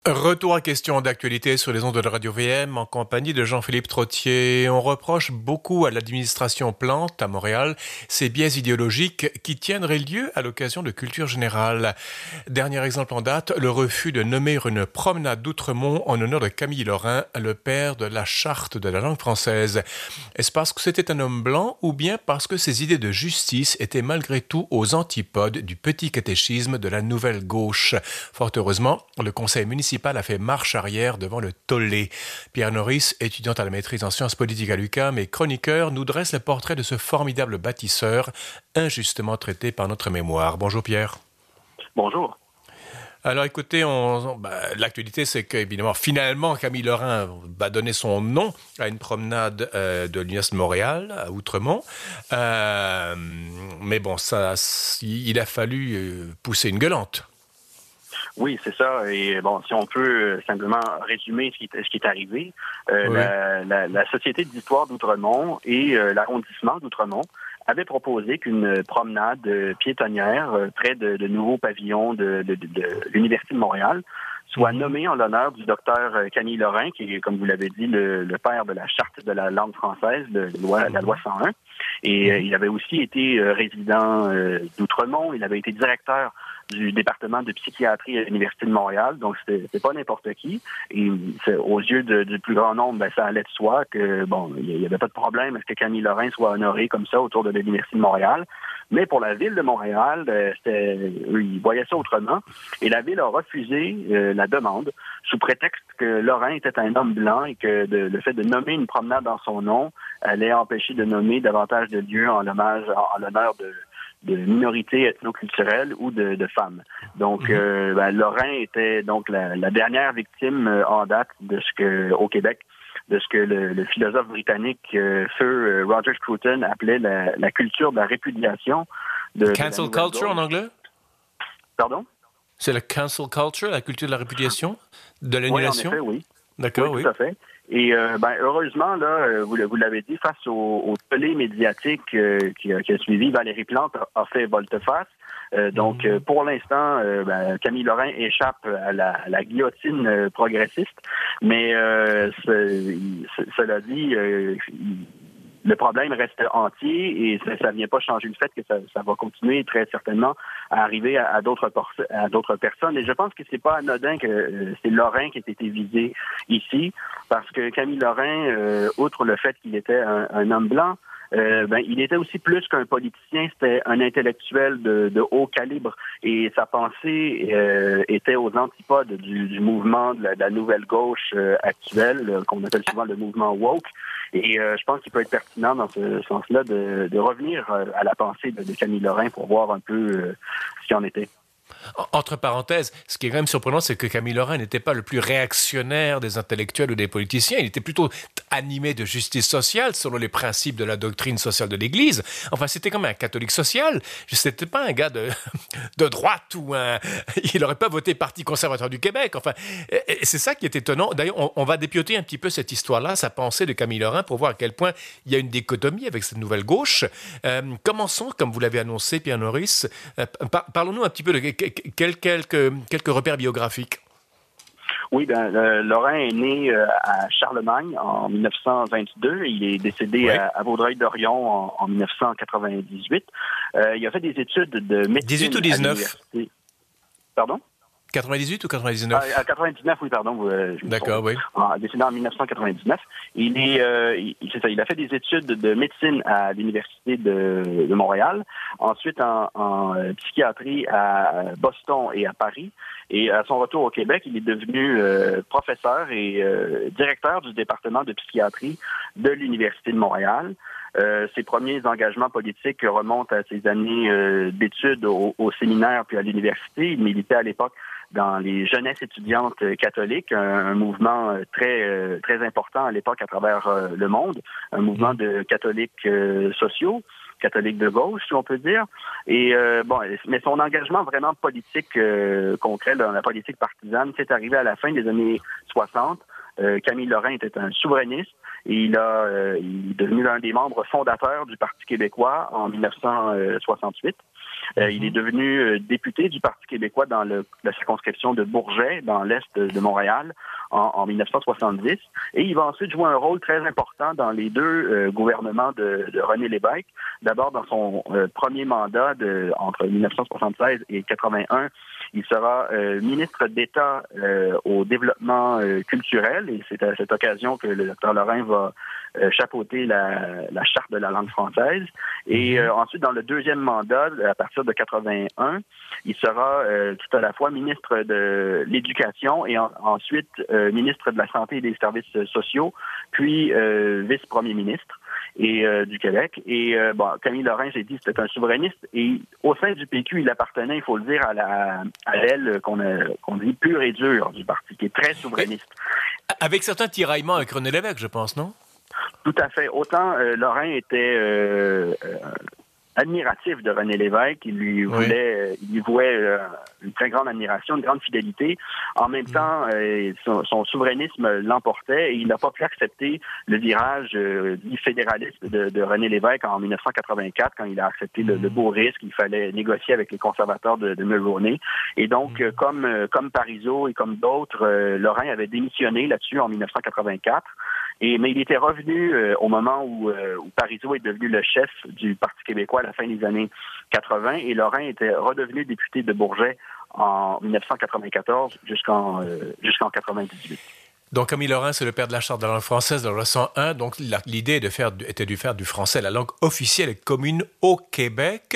Retour à question d'actualité sur les ondes de Radio VM en compagnie de Jean-Philippe Trottier. On reproche beaucoup à l'administration Plante à Montréal ces biais idéologiques qui tiendraient lieu à l'occasion de culture générale. Dernier exemple en date, le refus de nommer une promenade d'Outremont en honneur de Camille Lorrain, le père de la charte de la langue française. Est-ce parce que c'était un homme blanc ou bien parce que ses idées de justice étaient malgré tout aux antipodes du petit catéchisme de la nouvelle gauche? Fort heureusement, le conseil municipal a fait marche arrière devant le tollé. Pierre Norris, étudiante à la maîtrise en sciences politiques à l'UQAM et chroniqueur, nous dresse le portrait de ce formidable bâtisseur injustement traité par notre mémoire. Bonjour Pierre. Bonjour. Alors écoutez, l'actualité c'est qu'évidemment, finalement, Camille Lorrain va donner son nom à une promenade de l'Université de Montréal, à Outremont. Mais bon, il a fallu pousser une gueulante. Oui, c'est ça. Et bon, si on peut simplement résumer ce qui est arrivé, Oui. la Société d'histoire d'Outremont et l'arrondissement d'Outremont avaient proposé qu'une promenade piétonnière près de nouveaux pavillons de l'Université de Montréal soit nommée en l'honneur du docteur Camille Lorrain, qui est, comme vous l'avez dit, le père de la charte de la langue française, la loi 101. Et il avait aussi été résident d'Outremont. Il avait été directeur du département de psychiatrie à l'Université de Montréal, donc c'est pas n'importe qui. Et aux yeux du plus grand nombre, ça allait de soi que il y avait pas de problème à ce que Camille Lorrain soit honoré comme ça autour de l'Université de Montréal. Mais pour la ville de Montréal, ils voyaient ça autrement. Et la ville a refusé la demande sous prétexte que Lorrain était un homme blanc et que le fait de nommer une promenade dans son nom allait empêcher de nommer davantage de lieux en l'honneur de minorités ethnoculturelles ou de femmes. Donc, Lorrain était donc la dernière victime en date au Québec, de ce que le philosophe britannique feu Roger Scruton appelait la culture de la répudiation. Cancel culture en anglais? Pardon? C'est la cancel culture, la culture de la répudiation, de l'annulation? Oui, en effet, oui. D'accord, oui. Tout à fait. Et heureusement, là, vous l'avez dit, face au tollé médiatique qui a suivi, Valérie Plante a fait volte-face. Donc, pour l'instant, Camille Lorrain échappe à la guillotine progressiste. Mais cela dit, le problème reste entier et ça vient pas changer le fait que ça va continuer très certainement à arriver à d'autres personnes. Et je pense que c'est pas anodin que c'est Lorrain qui a été visé ici, parce que Camille Lorrain, outre le fait qu'il était un homme blanc, il était aussi plus qu'un politicien, c'était un intellectuel de haut calibre et sa pensée était aux antipodes du mouvement de la nouvelle gauche actuelle, qu'on appelle souvent le mouvement woke. Et je pense qu'il peut être pertinent dans ce sens-là de revenir à la pensée de Camille Lorrain pour voir un peu ce qu'il en était. Entre parenthèses, ce qui est quand même surprenant, c'est que Camille Lorrain n'était pas le plus réactionnaire des intellectuels ou des politiciens. Il était plutôt animé de justice sociale, selon les principes de la doctrine sociale de l'Église. Enfin, c'était comme un catholique social. C'était pas un gars de droite ou il n'aurait pas voté Parti conservateur du Québec. Enfin, et c'est ça qui est étonnant. D'ailleurs, on va dépioter un petit peu cette histoire-là, sa pensée de Camille Lorrain, pour voir à quel point il y a une dichotomie avec cette nouvelle gauche. Commençons, comme vous l'avez annoncé, Pierre Norris. Parlons-nous un petit peu de quelques repères biographiques. Oui, Lorrain est né à Charlemagne en 1922. Il est décédé à Vaudreuil-Dorion en 1998. Il a fait des études de médecine 18 ou 19? Pardon? 98 ou 99? 99, oui, pardon. D'accord, oui. Décédé en 1999. C'est ça, il a fait des études de médecine à l'Université de Montréal, ensuite en psychiatrie à Boston et à Paris. Et à son retour au Québec, il est devenu professeur et directeur du département de psychiatrie de l'Université de Montréal. Ses premiers engagements politiques remontent à ses années d'études au séminaire puis à l'université. Il militait à l'époque dans les jeunesses étudiantes catholiques, un mouvement très important à l'époque à travers le monde, un mouvement de catholiques sociaux, catholiques de gauche, si on peut dire. Et mais son engagement vraiment politique concret dans la politique partisane, c'est arrivé à la fin des années 60. Camille Lorrain était un souverainiste et il est devenu l'un des membres fondateurs du Parti québécois en 1968. Il est devenu député du Parti québécois dans la circonscription de Bourget, dans l'est de Montréal, en 1970. Et il va ensuite jouer un rôle très important dans les deux gouvernements de René Lévesque. D'abord, dans son premier mandat entre 1976 et 81, il sera ministre d'État au développement culturel. Et c'est à cette occasion que le Dr Lorrain va chapeauter la charte de la langue française. Et ensuite, dans le deuxième mandat, à partir de 81, il sera tout à la fois ministre de l'Éducation et ensuite ministre de la Santé et des Services sociaux, puis vice-premier ministre du Québec. Et Camille Lorrain, j'ai dit, c'était un souverainiste. Et au sein du PQ, il appartenait, il faut le dire, à l'aile qu'on dit pure et dure du parti, qui est très souverainiste. Avec certains tiraillements avec René Lévesque, je pense, non? Tout à fait. Autant Lorrain était admiratif de René Lévesque, il lui vouait une très grande admiration, une grande fidélité. En même temps, son souverainisme l'emportait et il n'a pas pu accepter le virage dit fédéraliste de René Lévesque en 1984, quand il a accepté le beau risque, il fallait négocier avec les conservateurs de Mulroney. Et donc, comme Parizeau et comme d'autres, Lorrain avait démissionné là-dessus en 1984. Mais il était revenu au moment où Parizeau est devenu le chef du Parti québécois à la fin des années 80 et Lorrain était redevenu député de Bourget en 1994 jusqu'en 98. Donc, Camille Lorrain, c'est le père de la Charte de la langue française de la loi 101. Donc, l'idée était de faire du français la langue officielle et commune au Québec.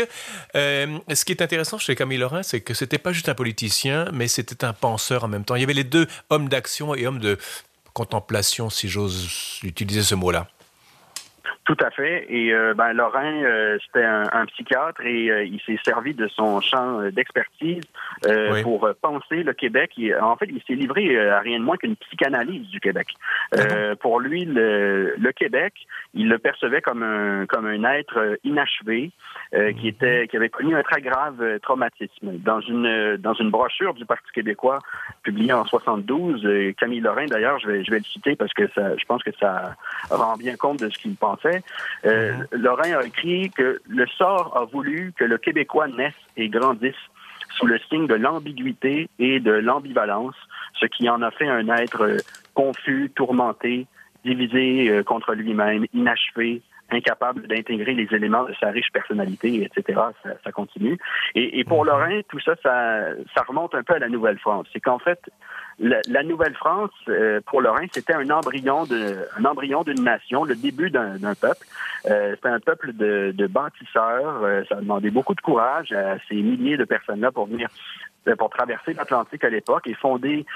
Ce qui est intéressant chez Camille Lorrain, c'est que c'était pas juste un politicien, mais c'était un penseur en même temps. Il y avait les deux, hommes d'action et hommes de contemplation, si j'ose utiliser ce mot-là. Tout à fait. Et Lorrain, c'était un psychiatre et il s'est servi de son champ d'expertise pour penser le Québec. En fait, il s'est livré à rien de moins qu'une psychanalyse du Québec. Pour lui, le Québec, il le percevait comme un être inachevé qui avait connu un très grave traumatisme. Dans une brochure du Parti québécois publiée en 72, Camille Lorrain, d'ailleurs, je vais le citer parce que je pense que ça rend bien compte de ce qu'il pensait. Lorrain a écrit que le sort a voulu que le Québécois naisse et grandisse sous le signe de l'ambiguïté et de l'ambivalence, ce qui en a fait un être confus, tourmenté, divisé contre lui-même, inachevé, incapable d'intégrer les éléments de sa riche personnalité, etc. Ça continue. Et pour Lorrain, tout ça remonte un peu à la Nouvelle-France. C'est qu'en fait, la Nouvelle-France, pour Lorrain, c'était un embryon d'une nation, le début d'un peuple. C'était un peuple de bâtisseurs. Ça a demandé beaucoup de courage à ces milliers de personnes-là pour traverser l'Atlantique à l'époque et fonder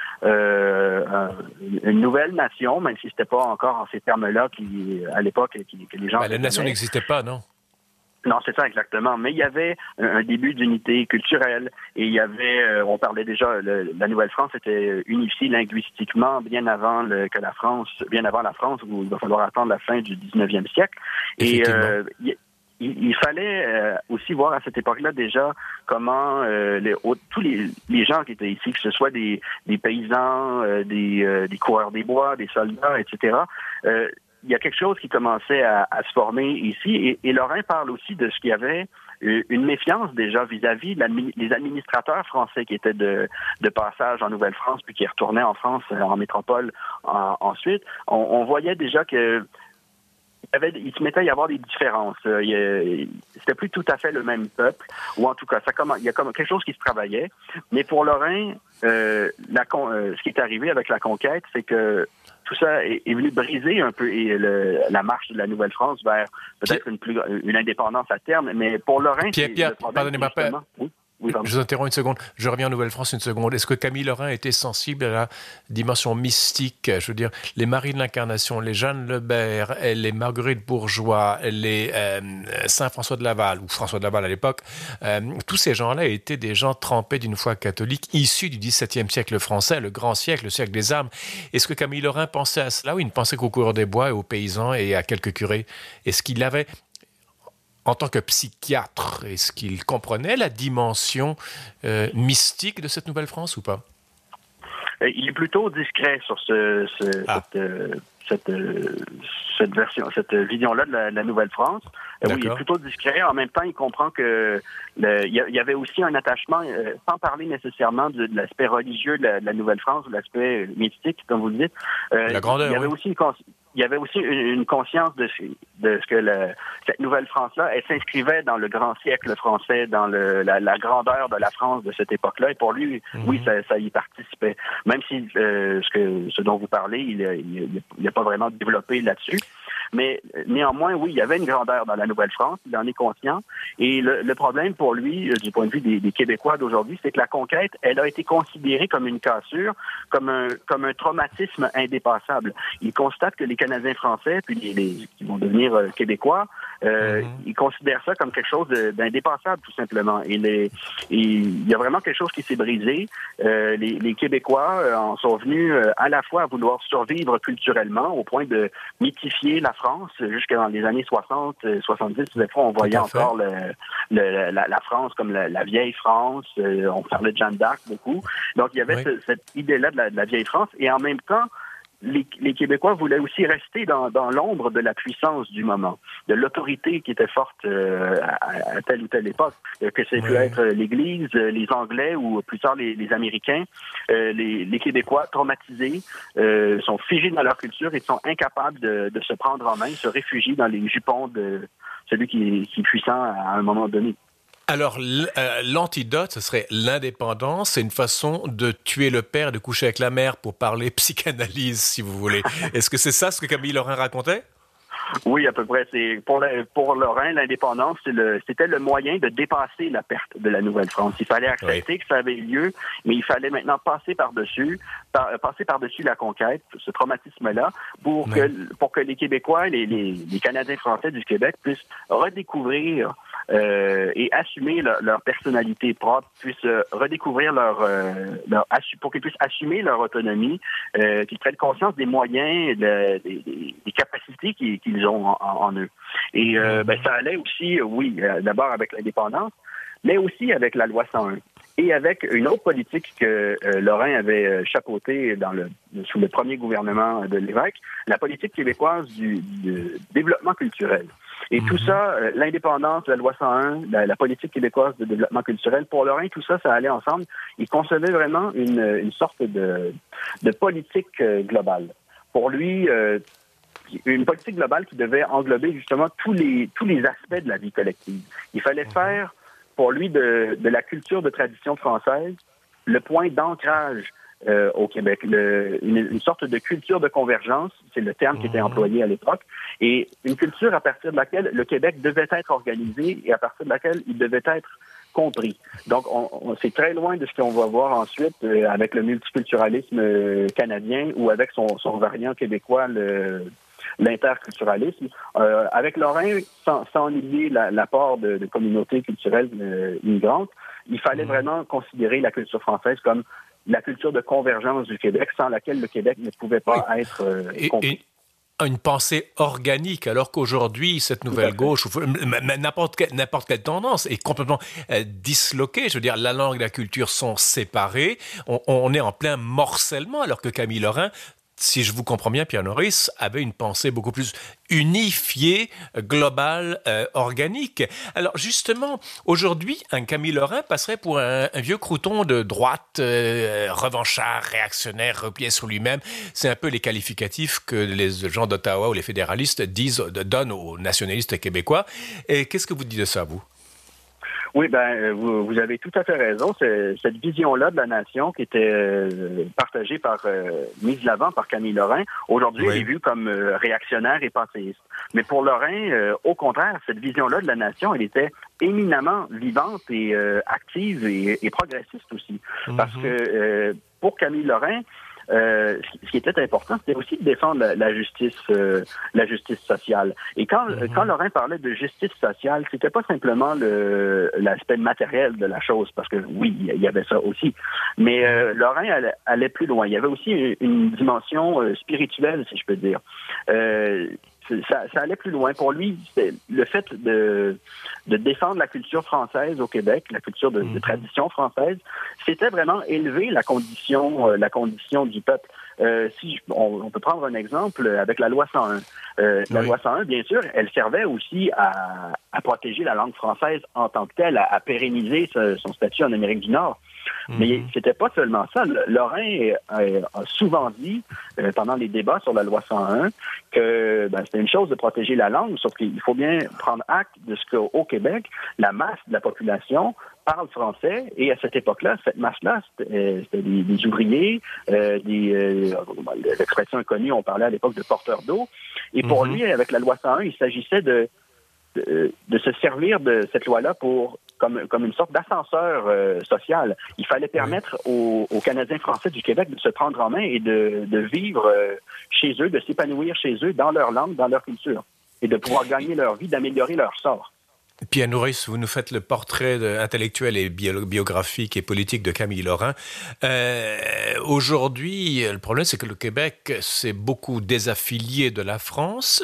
une nouvelle nation, même si c'était pas encore en ces termes-là à l'époque que les gens... La nation n'existait pas, non? Non, c'est ça exactement. Mais il y avait un début d'unité culturelle et il y avait, on parlait déjà, la Nouvelle-France était unifiée linguistiquement bien avant la France, où il va falloir attendre la fin du 19e siècle. Et il fallait aussi voir à cette époque-là déjà comment tous les gens qui étaient ici, que ce soit des paysans, des coureurs des bois, des soldats, etc., il y a quelque chose qui commençait à se former ici. Et Lorrain parle aussi de ce qu'il y avait une méfiance déjà vis-à-vis les administrateurs français qui étaient de passage en Nouvelle-France puis qui retournaient en France, en métropole ensuite. On voyait déjà que il se mettait à y avoir des différences. C'était plus tout à fait le même peuple, ou en tout cas, il y a comme quelque chose qui se travaillait. Mais pour Lorrain, ce qui est arrivé avec la conquête, c'est que tout ça est venu briser un peu la marche de la Nouvelle-France vers peut-être une indépendance à terme. Mais pour Lorrain, Pierre, pardonnez-moi. Oui, je vous interromps une seconde. Je reviens en Nouvelle-France une seconde. Est-ce que Camille Lorrain était sensible à la dimension mystique? Je veux dire, les Marie de l'Incarnation, les Jeanne Lebert, les Marguerite Bourgeois, les Saint-François de Laval, ou François de Laval à l'époque, tous ces gens-là étaient des gens trempés d'une foi catholique, issus du XVIIe siècle français, le grand siècle, le siècle des armes. Est-ce que Camille Lorrain pensait à cela ou il ne pensait qu'aux coureurs des bois et aux paysans et à quelques curés? Est-ce qu'il avait... En tant que psychiatre, est-ce qu'il comprenait la dimension mystique de cette Nouvelle-France ou pas? Il est plutôt discret sur cette version, cette vision-là de la Nouvelle-France. Oui, il est plutôt discret. En même temps, il comprend que il y avait aussi un attachement, sans parler nécessairement de l'aspect religieux de la Nouvelle-France, de l'aspect mystique, comme vous le dites. La grandeur, il y avait aussi une conscience de ce que cette Nouvelle-France-là, elle s'inscrivait dans le grand siècle français, dans la grandeur de la France de cette époque-là. Et pour lui, oui, ça y participait. Même si ce dont vous parlez, il n'a pas vraiment développé là-dessus. Mais néanmoins, oui, il y avait une grandeur dans la Nouvelle-France, il en est conscient. Et le problème pour lui, du point de vue des Québécois d'aujourd'hui, c'est que la conquête, elle a été considérée comme une cassure, comme un traumatisme indépassable. Il constate que les Canadiens français, puis qui vont devenir Québécois, ils considèrent ça comme quelque chose d'indépassable, tout simplement. Et il y a vraiment quelque chose qui s'est brisé. Les Québécois en sont venus à la fois à vouloir survivre culturellement, au point de mythifier la France jusqu'à dans les années 60, 70. Des fois, on voyait encore la France comme la vieille France. On parlait de Jeanne d'Arc beaucoup. Donc, il y avait cette idée-là de la vieille France. Et en même temps, les Québécois voulaient aussi rester dans l'ombre de la puissance du moment, de l'autorité qui était forte à telle ou telle époque, que c'est pu être l'Église, les Anglais ou plus tard les Américains. Les Québécois, traumatisés, sont figés dans leur culture et sont incapables de se prendre en main, se réfugient dans les jupons de celui qui est puissant à un moment donné. Alors, l'antidote, ce serait l'indépendance. C'est une façon de tuer le père, de coucher avec la mère pour parler psychanalyse, si vous voulez. Est-ce que c'est ça ce que Camille Lorrain racontait? Oui, à peu près. C'est pour Lorrain, l'indépendance, c'était le moyen de dépasser la perte de la Nouvelle-France. Il fallait accepter que ça avait eu lieu, mais il fallait maintenant passer par-dessus la conquête, ce traumatisme-là, pour que les Québécois, les Canadiens français du Québec puissent redécouvrir et assumer leur personnalité propre, puissent redécouvrir pour qu'ils puissent assumer leur autonomie, qu'ils prennent conscience des moyens, des capacités qu'ils ont en eux. Et ça allait aussi, d'abord avec l'indépendance, mais aussi avec la loi 101. Et avec une autre politique que Lorrain avait chapeautée sous le premier gouvernement de l'évêque, la politique québécoise du développement culturel. Et tout ça, l'indépendance, la loi 101, la politique québécoise de développement culturel, pour Lorrain, tout ça, ça allait ensemble. Il concevait vraiment une sorte de politique globale. Pour lui, une politique globale qui devait englober justement tous les aspects de la vie collective. Il fallait faire, pour lui, de la culture de tradition française le point d'ancrage au Québec, une sorte de culture de convergence, c'est le terme qui était employé à l'époque, et une culture à partir de laquelle le Québec devait être organisé et à partir de laquelle il devait être compris. Donc, c'est très loin de ce qu'on va voir ensuite avec le multiculturalisme canadien ou avec son variant québécois, l'interculturalisme. Avec Lorrain, sans nier l'apport de communautés culturelles immigrantes, il fallait vraiment considérer la culture française comme la culture de convergence du Québec, sans laquelle le Québec ne pouvait pas être compris. Une pensée organique, alors qu'aujourd'hui, cette nouvelle gauche, n'importe quelle tendance est complètement disloquée. Je veux dire, la langue et la culture sont séparées. On est en plein morcellement, alors que Camille Lorrain, si je vous comprends bien, Pierre Norris, avait une pensée beaucoup plus unifiée, globale, organique. Alors justement, aujourd'hui, un Camille Lorrain passerait pour un vieux crouton de droite, revanchard, réactionnaire, replié sur lui-même. C'est un peu les qualificatifs que les gens d'Ottawa ou les fédéralistes donnent aux nationalistes québécois. Et qu'est-ce que vous dites de ça, vous? Oui, vous avez tout à fait raison. Cette vision-là de la nation qui était partagée mise de l'avant par Camille Lorrain, aujourd'hui, elle est vue comme réactionnaire et passéiste. Mais pour Lorrain, au contraire, cette vision-là de la nation, elle était éminemment vivante et active et progressiste aussi. Parce que pour Camille Lorrain, ce qui était important, c'était aussi de défendre la justice sociale. Et quand Lorrain parlait de justice sociale, c'était pas simplement l'aspect matériel de la chose, parce que oui, il y avait ça aussi. Mais Lorrain allait plus loin. Il y avait aussi une dimension spirituelle, si je peux dire. ça allait plus loin. Pour lui, le fait de défendre la culture française au Québec, la culture de tradition française, c'était vraiment élever la condition du peuple. On peut prendre un exemple avec la loi 101. La loi 101, bien sûr, elle servait aussi à protéger la langue française en tant que telle, à pérenniser son statut en Amérique du Nord. Mais c'était pas seulement ça. Lorrain a souvent dit, pendant les débats sur la loi 101, que c'était une chose de protéger la langue, sauf qu'il faut bien prendre acte de ce qu'au Québec, la masse de la population parle français, et à cette époque-là, cette masse-là, c'était des ouvriers, l'expression connue, on parlait à l'époque de porteurs d'eau, et pour lui, avec la loi 101, il s'agissait de se servir de cette loi-là comme une sorte d'ascenseur social. Il fallait permettre aux Canadiens français du Québec de se prendre en main et de vivre chez eux, de s'épanouir chez eux, dans leur langue, dans leur culture, et de pouvoir gagner leur vie, d'améliorer leur sort. Pierre Nourrice, vous nous faites le portrait intellectuel et biographique et politique de Camille Lorrain. Aujourd'hui, le problème, c'est que le Québec s'est beaucoup désaffilié de la France,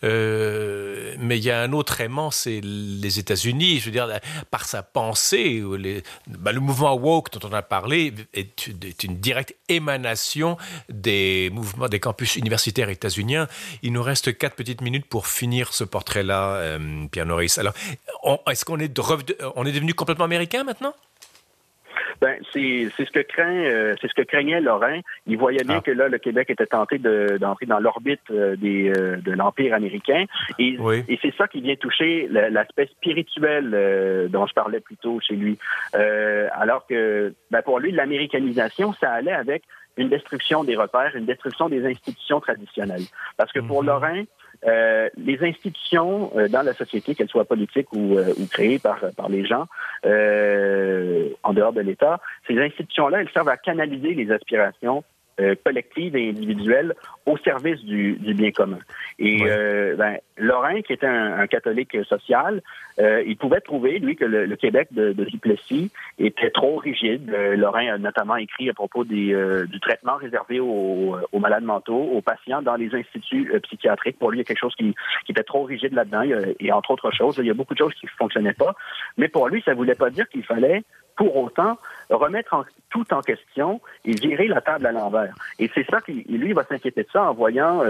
mais il y a un autre aimant, c'est les États-Unis. Je veux dire, par sa pensée, le mouvement woke dont on a parlé est une directe émanation des mouvements des campus universitaires états-uniens. Il nous reste 4 petites minutes pour finir ce portrait-là, Pierre Nourrice. Alors, est-ce qu'on est devenu complètement américain maintenant? C'est ce que craignait Lorrain. Il voyait bien que là, le Québec était tenté d'entrer dans l'orbite de l'Empire américain. Et c'est ça qui vient toucher l'aspect spirituel dont je parlais plus tôt chez lui. Alors que, pour lui, l'américanisation, ça allait avec une destruction des repères, une destruction des institutions traditionnelles. Parce que pour Lorrain, les institutions dans la société, qu'elles soient politiques ou créées par les gens en dehors de l'État, ces institutions-là, elles servent à canaliser les aspirations collectives et individuelles au service du bien commun. Et Lorrain, qui était un catholique social, il pouvait trouver, lui, que le Québec de Duplessis était trop rigide. Lorrain a notamment écrit à propos du traitement réservé aux malades mentaux, aux patients dans les instituts psychiatriques. Pour lui, il y a quelque chose qui était trop rigide là-dedans, et entre autres choses. Il y a beaucoup de choses qui ne fonctionnaient pas. Mais pour lui, ça ne voulait pas dire qu'il fallait pour autant remettre tout en question et virer la table à l'envers. Et c'est ça lui, il va s'inquiéter de ça en voyant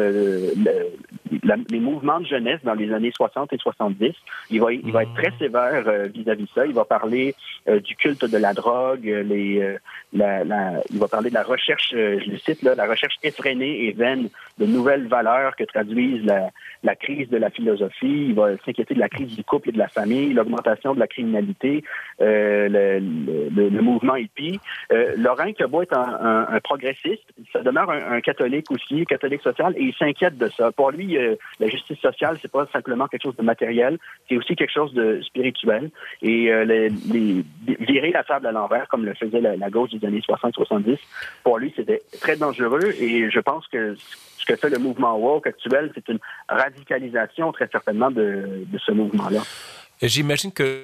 les mouvements de jeunesse dans les années 60 et 70. Il va être très sévère vis-à-vis de ça. Il va parler du culte de la drogue, il va parler de la recherche, je le cite, la recherche effrénée et vaine de nouvelles valeurs que traduisent la crise de la philosophie. Il va s'inquiéter de la crise du couple et de la famille, l'augmentation de la criminalité, le mouvement hippie. Lorrain, qui a beau être un progressiste, ça demeure un catholique aussi, catholique social, et il s'inquiète de ça. Pour lui, la justice sociale, c'est pas simplement quelque chose de matériel, c'est aussi quelque chose de spirituel. Et virer la table à l'envers, comme le faisait la gauche des années 60-70, pour lui, c'était très dangereux. Et je pense que ce que fait le mouvement woke actuel, c'est une radicalisation très certainement de ce mouvement-là. Et j'imagine que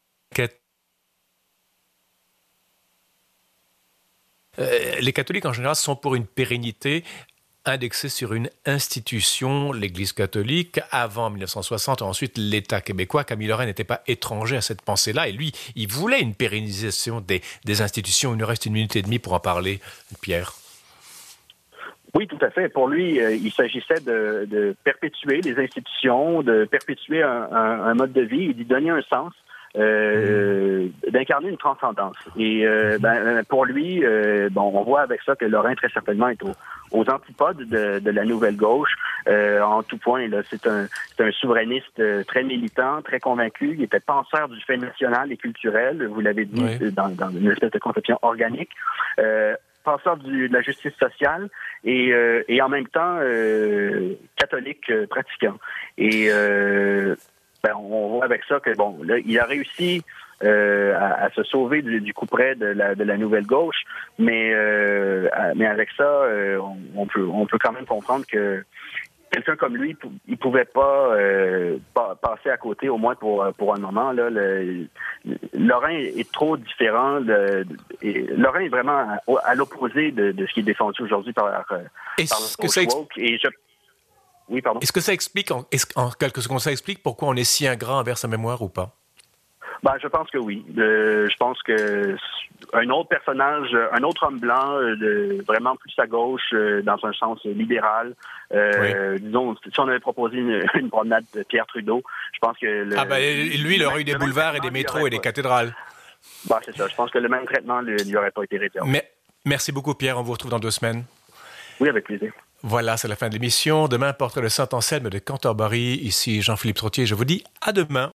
les catholiques en général sont pour une pérennité indexée sur une institution, l'Église catholique, avant 1960, ensuite l'État québécois. Camille Lorrain n'était pas étranger à cette pensée-là, et lui, il voulait une pérennisation des institutions. Il nous reste 1 minute et demie pour en parler, Pierre. Oui, tout à fait. Pour lui, il s'agissait de perpétuer les institutions, de perpétuer un mode de vie et d'y donner un sens. D'incarner une transcendance. Et pour lui, on voit avec ça que Lorrain, très certainement, est aux antipodes de la nouvelle gauche. En tout point, là, c'est un souverainiste très militant, très convaincu. Il était penseur du fait national et culturel, vous l'avez dit, dans une espèce de conception organique. Penseur de la justice sociale et en même temps catholique pratiquant. Et on voit avec ça que là, il a réussi à se sauver du couperet de la nouvelle gauche, mais avec ça, on peut quand même comprendre que quelqu'un comme lui, il pouvait pas passer à côté, au moins pour un moment. Là, Lorrain est trop différent. Lorrain est vraiment à l'opposé de ce qui est défendu aujourd'hui par woke. Oui, pardon. Est-ce que ça explique, en quelques secondes, ça explique pourquoi on est si ingrat envers sa mémoire ou pas? Ben, je pense que oui. Je pense que un autre personnage, un autre homme blanc, vraiment plus à gauche, dans un sens libéral, disons, si on avait proposé une promenade de Pierre Trudeau, je pense que... lui, il aurait eu des boulevards et des métros et des cathédrales. Ben, c'est ça. Je pense que le même traitement ne lui aurait pas été réservé. Mais merci beaucoup, Pierre. On vous retrouve dans 2 semaines. Oui, avec plaisir. Voilà, c'est la fin de l'émission. Demain, portrait de Saint-Anselme de Cantorbéry. Ici Jean-Philippe Trottier. Je vous dis à demain.